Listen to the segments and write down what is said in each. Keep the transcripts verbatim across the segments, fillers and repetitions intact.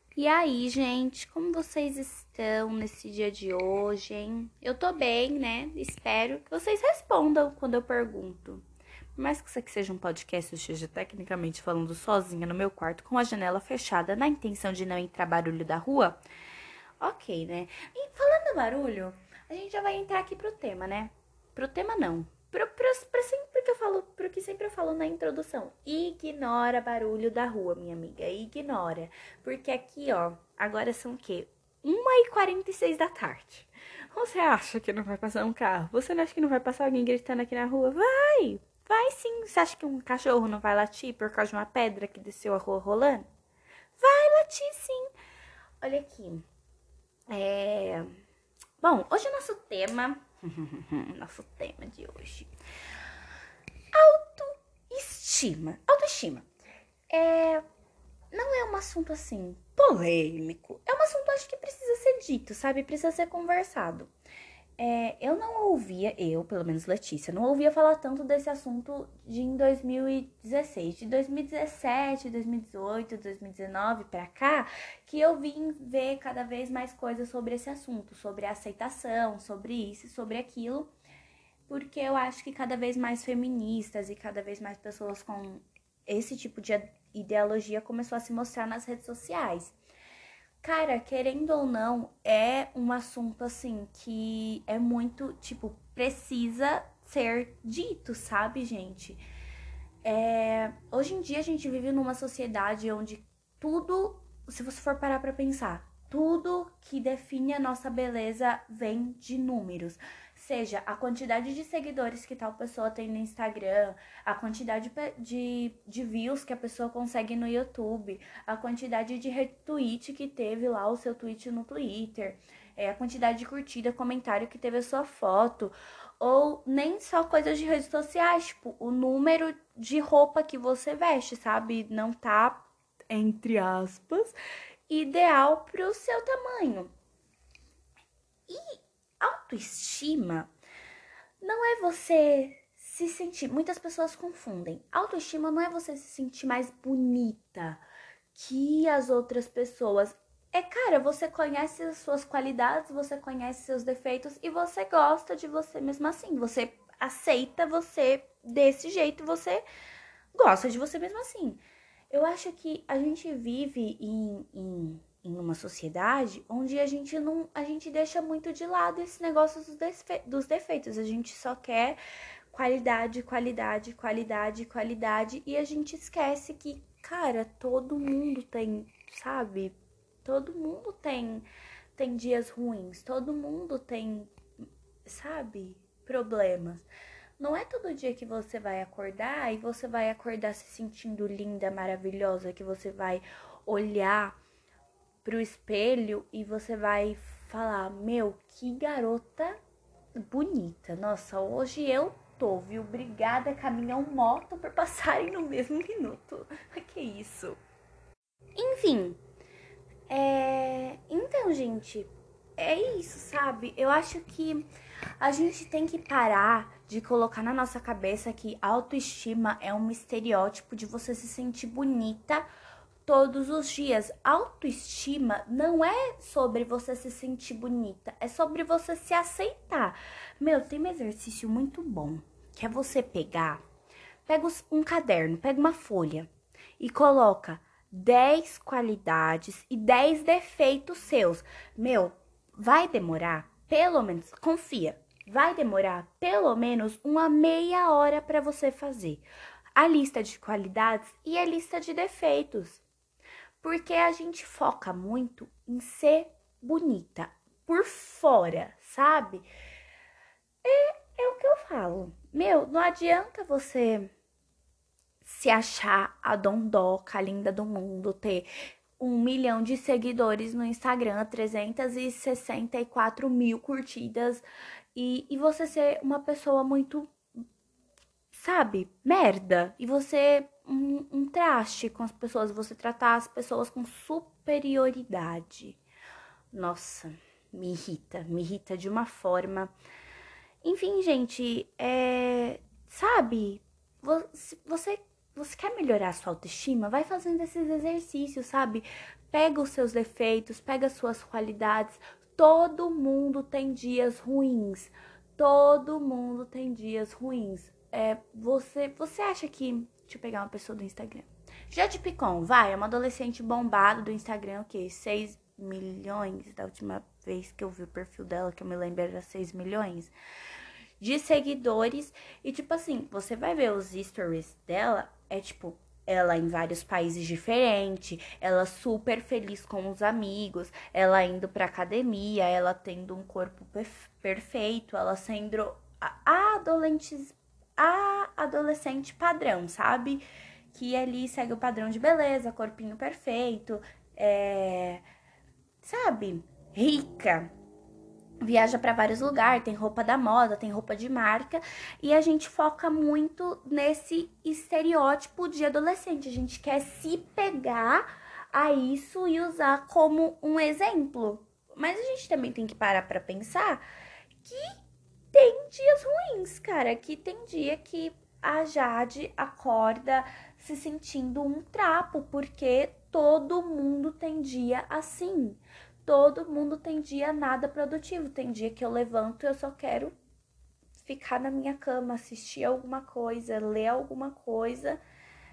E aí, gente, como vocês estão nesse dia de hoje, hein? Eu tô bem, né? Espero que vocês respondam quando eu pergunto. Por mais que isso aqui seja um podcast, eu esteja tecnicamente falando sozinha no meu quarto com a janela fechada, na intenção de não entrar barulho da rua, ok, né? E falando barulho, a gente já vai entrar aqui pro tema, né? Pro tema não. Pro, pro, pro sempre que eu falo, pro que sempre eu falo na introdução. Ignora barulho da rua, minha amiga. Ignora. Porque aqui, ó, agora são o quê? uma e quarenta e seis da tarde. Você acha que não vai passar um carro? Você não acha que não vai passar alguém gritando aqui na rua? Vai! Vai sim! Você acha que um cachorro não vai latir por causa de uma pedra que desceu a rua rolando? Vai latir sim! Olha aqui. É... Bom, hoje o nosso tema... nosso tema de hoje... Autoestima. Autoestima. É... Não é um assunto, assim, polêmico. É um assunto, acho que precisa ser dito, sabe? Precisa ser conversado. É, eu não ouvia, eu, pelo menos Letícia, não ouvia falar tanto desse assunto de em dois mil e dezesseis. De dois mil e dezessete, dois mil e dezoito, dois mil e dezenove pra cá, que eu vim ver cada vez mais coisas sobre esse assunto, sobre a aceitação, sobre isso, sobre aquilo, porque eu acho que cada vez mais feministas e cada vez mais pessoas com esse tipo de ideologia começou a se mostrar nas redes sociais. Cara, querendo ou não, é um assunto assim que é muito, tipo, precisa ser dito, sabe, gente? É, hoje em dia a gente vive numa sociedade onde tudo, se você for parar pra pensar, tudo que define a nossa beleza vem de números. Seja a quantidade de seguidores que tal pessoa tem no Instagram, a quantidade de, de views que a pessoa consegue no YouTube, a quantidade de retweet que teve lá o seu tweet no Twitter, é, a quantidade de curtida, comentário que teve a sua foto, ou nem só coisas de redes sociais, tipo, o número de roupa que você veste, sabe? Não tá, entre aspas, ideal pro seu tamanho. E autoestima não é você se sentir. Muitas pessoas confundem. Autoestima não é você se sentir mais bonita que as outras pessoas. É, cara, você conhece as suas qualidades, você conhece seus defeitos e você gosta de você mesmo assim. Você aceita você desse jeito, você gosta de você mesmo assim. Eu acho que a gente vive em, em, em uma sociedade onde a gente não, a gente deixa muito de lado esse negócio dos, desfe, dos defeitos. A gente só quer qualidade, qualidade, qualidade, qualidade e a gente esquece que, cara, todo mundo tem, sabe? Todo mundo tem tem dias ruins, todo mundo tem, sabe, problemas. Não é todo dia que você vai acordar e você vai acordar se sentindo linda, maravilhosa, que você vai olhar pro espelho e você vai falar: Meu, que garota bonita. Nossa, hoje eu tô, viu? Obrigada, caminhão moto, por passarem no mesmo minuto. Que isso? Enfim, é... Então, gente, é isso, sabe? Eu acho que a gente tem que parar de colocar na nossa cabeça que autoestima é um estereótipo de você se sentir bonita todos os dias. Autoestima não é sobre você se sentir bonita, é sobre você se aceitar. Meu, tem um exercício muito bom, que é você pegar, pega um caderno, pega uma folha e coloca dez qualidades e dez defeitos seus. Meu, vai demorar, pelo menos, confia, vai demorar pelo menos uma meia hora para você fazer a lista de qualidades e a lista de defeitos. Porque a gente foca muito em ser bonita por fora, sabe? É, é o que eu falo. Meu, não adianta você se achar a dondoca, a linda do mundo, ter um milhão de seguidores no Instagram, trezentos e sessenta e quatro mil curtidas e, e você ser uma pessoa muito, sabe, merda. E você um, um traste com as pessoas, você tratar as pessoas com superioridade. Nossa, me irrita, me irrita de uma forma. Enfim, gente, é, sabe, você, você quer melhorar a sua autoestima? Vai fazendo esses exercícios, sabe? pega os seus defeitos, pega as suas qualidades. Todo mundo tem dias ruins. Todo mundo tem dias ruins. É, você, você acha que... Deixa eu pegar uma pessoa do Instagram. Jade Picon, vai, é uma adolescente bombada do Instagram, o quê? seis milhões? Da última vez que eu vi o perfil dela, que eu me lembro, era seis milhões de seguidores. E tipo assim, você vai ver os stories dela, é tipo, ela em vários países diferentes, ela super feliz com os amigos, ela indo pra academia, ela tendo um corpo perfeito, ela sendo a adolescente, a adolescente padrão, sabe? Que ali segue o padrão de beleza, corpinho perfeito, é... sabe? Rica. Viaja para vários lugares, tem roupa da moda, tem roupa de marca, e a gente foca muito nesse estereótipo de adolescente. A gente quer se pegar a isso e usar como um exemplo. Mas a gente também tem que parar para pensar que tem dias ruins, cara, que tem dia que a Jade acorda se sentindo um trapo, porque todo mundo tem dia assim. Todo mundo tem dia nada produtivo. Tem dia que eu levanto e eu só quero ficar na minha cama, assistir alguma coisa, ler alguma coisa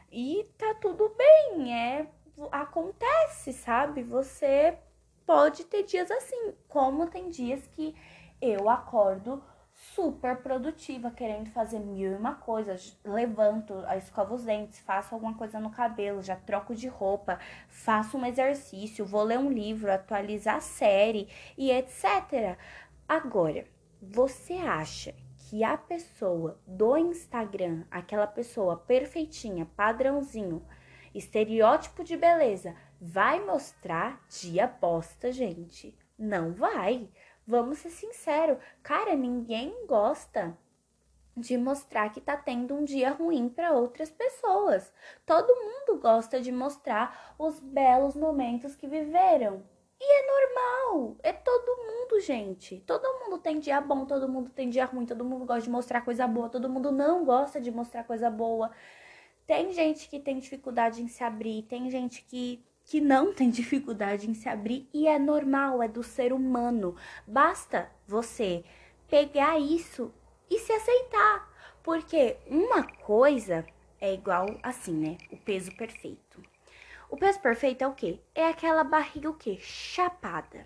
e tá tudo bem. É, acontece, sabe? Você pode ter dias assim, como tem dias que eu acordo super produtiva, querendo fazer mil e uma coisas. Levanto, escovo os dentes, faço alguma coisa no cabelo, já troco de roupa, faço um exercício, vou ler um livro, atualizar a série e etcétera. Agora, você acha que a pessoa do Instagram, aquela pessoa perfeitinha, padrãozinho, estereótipo de beleza, vai mostrar dia bosta, gente? Não vai. Vamos ser sinceros, cara, ninguém gosta de mostrar que tá tendo um dia ruim para outras pessoas. Todo mundo gosta de mostrar os belos momentos que viveram. E é normal, é todo mundo, gente. Todo mundo tem dia bom, todo mundo tem dia ruim, todo mundo gosta de mostrar coisa boa, todo mundo não gosta de mostrar coisa boa. Tem gente que tem dificuldade em se abrir, tem gente que que não tem dificuldade em se abrir e é normal, é do ser humano. Basta você pegar isso e se aceitar, porque uma coisa é igual assim, né? O peso perfeito. O peso perfeito é o quê? É aquela barriga o quê? Chapada.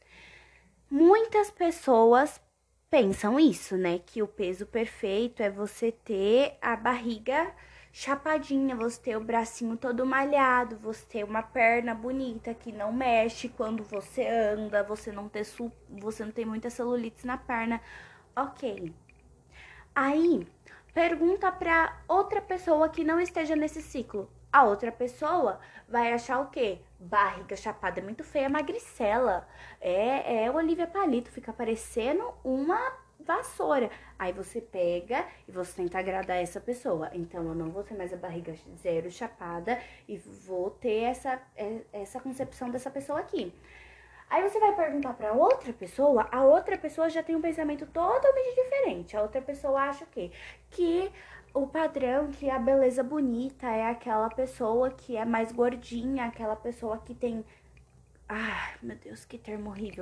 Muitas pessoas pensam isso, né? Que o peso perfeito é você ter a barriga chapadinha, você ter o bracinho todo malhado, você ter uma perna bonita que não mexe quando você anda, você não ter su você não tem muita celulite na perna. OK. Aí, pergunta para outra pessoa que não esteja nesse ciclo. A outra pessoa vai achar o quê? Barriga chapada é muito feia, magricela. É, é Olivia Palito, fica parecendo uma vassoura. Aí você pega e você tenta agradar essa pessoa. Então, eu não vou ter mais a barriga zero chapada e vou ter essa, essa concepção dessa pessoa aqui. Aí você vai perguntar para outra pessoa, a outra pessoa já tem um pensamento totalmente diferente. A outra pessoa acha o quê? Que o padrão, que a beleza bonita é aquela pessoa que é mais gordinha, aquela pessoa que tem... Ai, meu Deus, que termo horrível.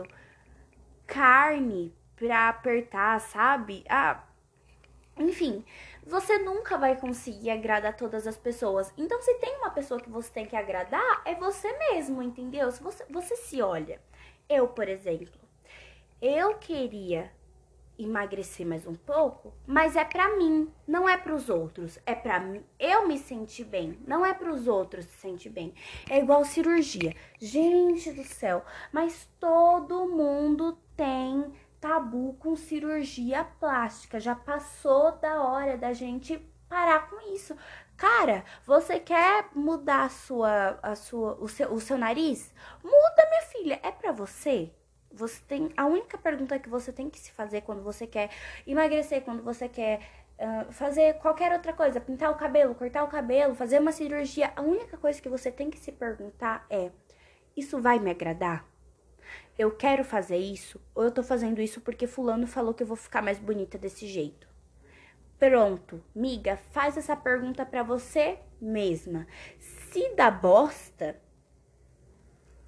Carne pra apertar, sabe? Ah, enfim, você nunca vai conseguir agradar todas as pessoas. Então, se tem uma pessoa que você tem que agradar, é você mesmo, entendeu? Se você, você se olha. Eu, por exemplo, eu queria emagrecer mais um pouco, mas é pra mim, não é pros outros. É pra mim, eu me sentir bem, não é pros outros se sentir bem. É igual cirurgia. Gente do céu, mas todo mundo tem tabu com cirurgia plástica. Já passou da hora da gente parar com isso. Cara, você quer mudar a sua, a sua, o seu, o seu nariz? Muda, minha filha. É pra você? Você tem, a única pergunta que você tem que se fazer quando você quer emagrecer, quando você quer uh, fazer qualquer outra coisa, pintar o cabelo, cortar o cabelo, fazer uma cirurgia, a única coisa que você tem que se perguntar é: isso vai me agradar? Eu quero fazer isso? Ou eu tô fazendo isso porque fulano falou que eu vou ficar mais bonita desse jeito? Pronto, miga, faz essa pergunta pra você mesma. Se dá bosta,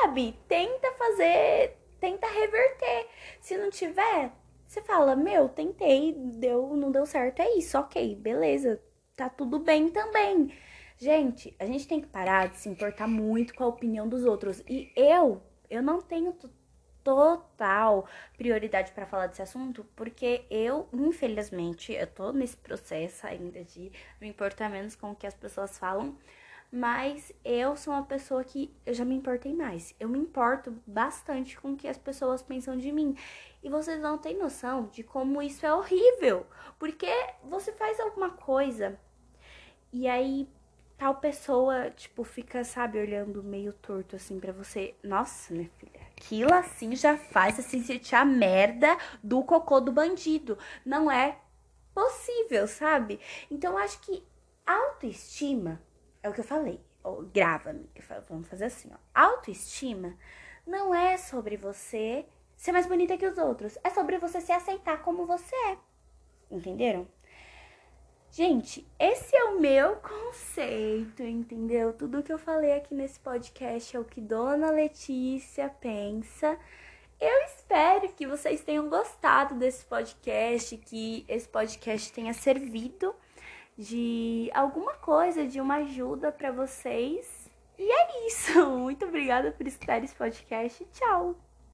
sabe? Tenta fazer, tenta reverter. Se não tiver, você fala, meu, tentei, deu, não deu certo, é isso, ok, beleza, tá tudo bem também. Gente, a gente tem que parar de se importar muito com a opinião dos outros. E eu, eu não tenho total prioridade para falar desse assunto, porque eu, infelizmente, eu tô nesse processo ainda de me importar menos com o que as pessoas falam, mas eu sou uma pessoa que eu já me importei mais. Eu me importo bastante com o que as pessoas pensam de mim. E vocês não têm noção de como isso é horrível, porque você faz alguma coisa e aí tal pessoa, tipo, fica, sabe, olhando meio torto assim pra você. Nossa, minha filha, aquilo assim já faz você sentir a merda do cocô do bandido. Não é possível, sabe? Então eu acho que autoestima é o que eu falei. Ó, grava, amiga. Vamos fazer assim, ó. Autoestima não é sobre você ser mais bonita que os outros. É sobre você se aceitar como você é. Entenderam? Gente, esse é o meu conceito, entendeu? Tudo que eu falei aqui nesse podcast é o que Dona Letícia pensa. Eu espero que vocês tenham gostado desse podcast, que esse podcast tenha servido de alguma coisa, de uma ajuda pra vocês. E é isso. Muito obrigada por escutar esse podcast. Tchau!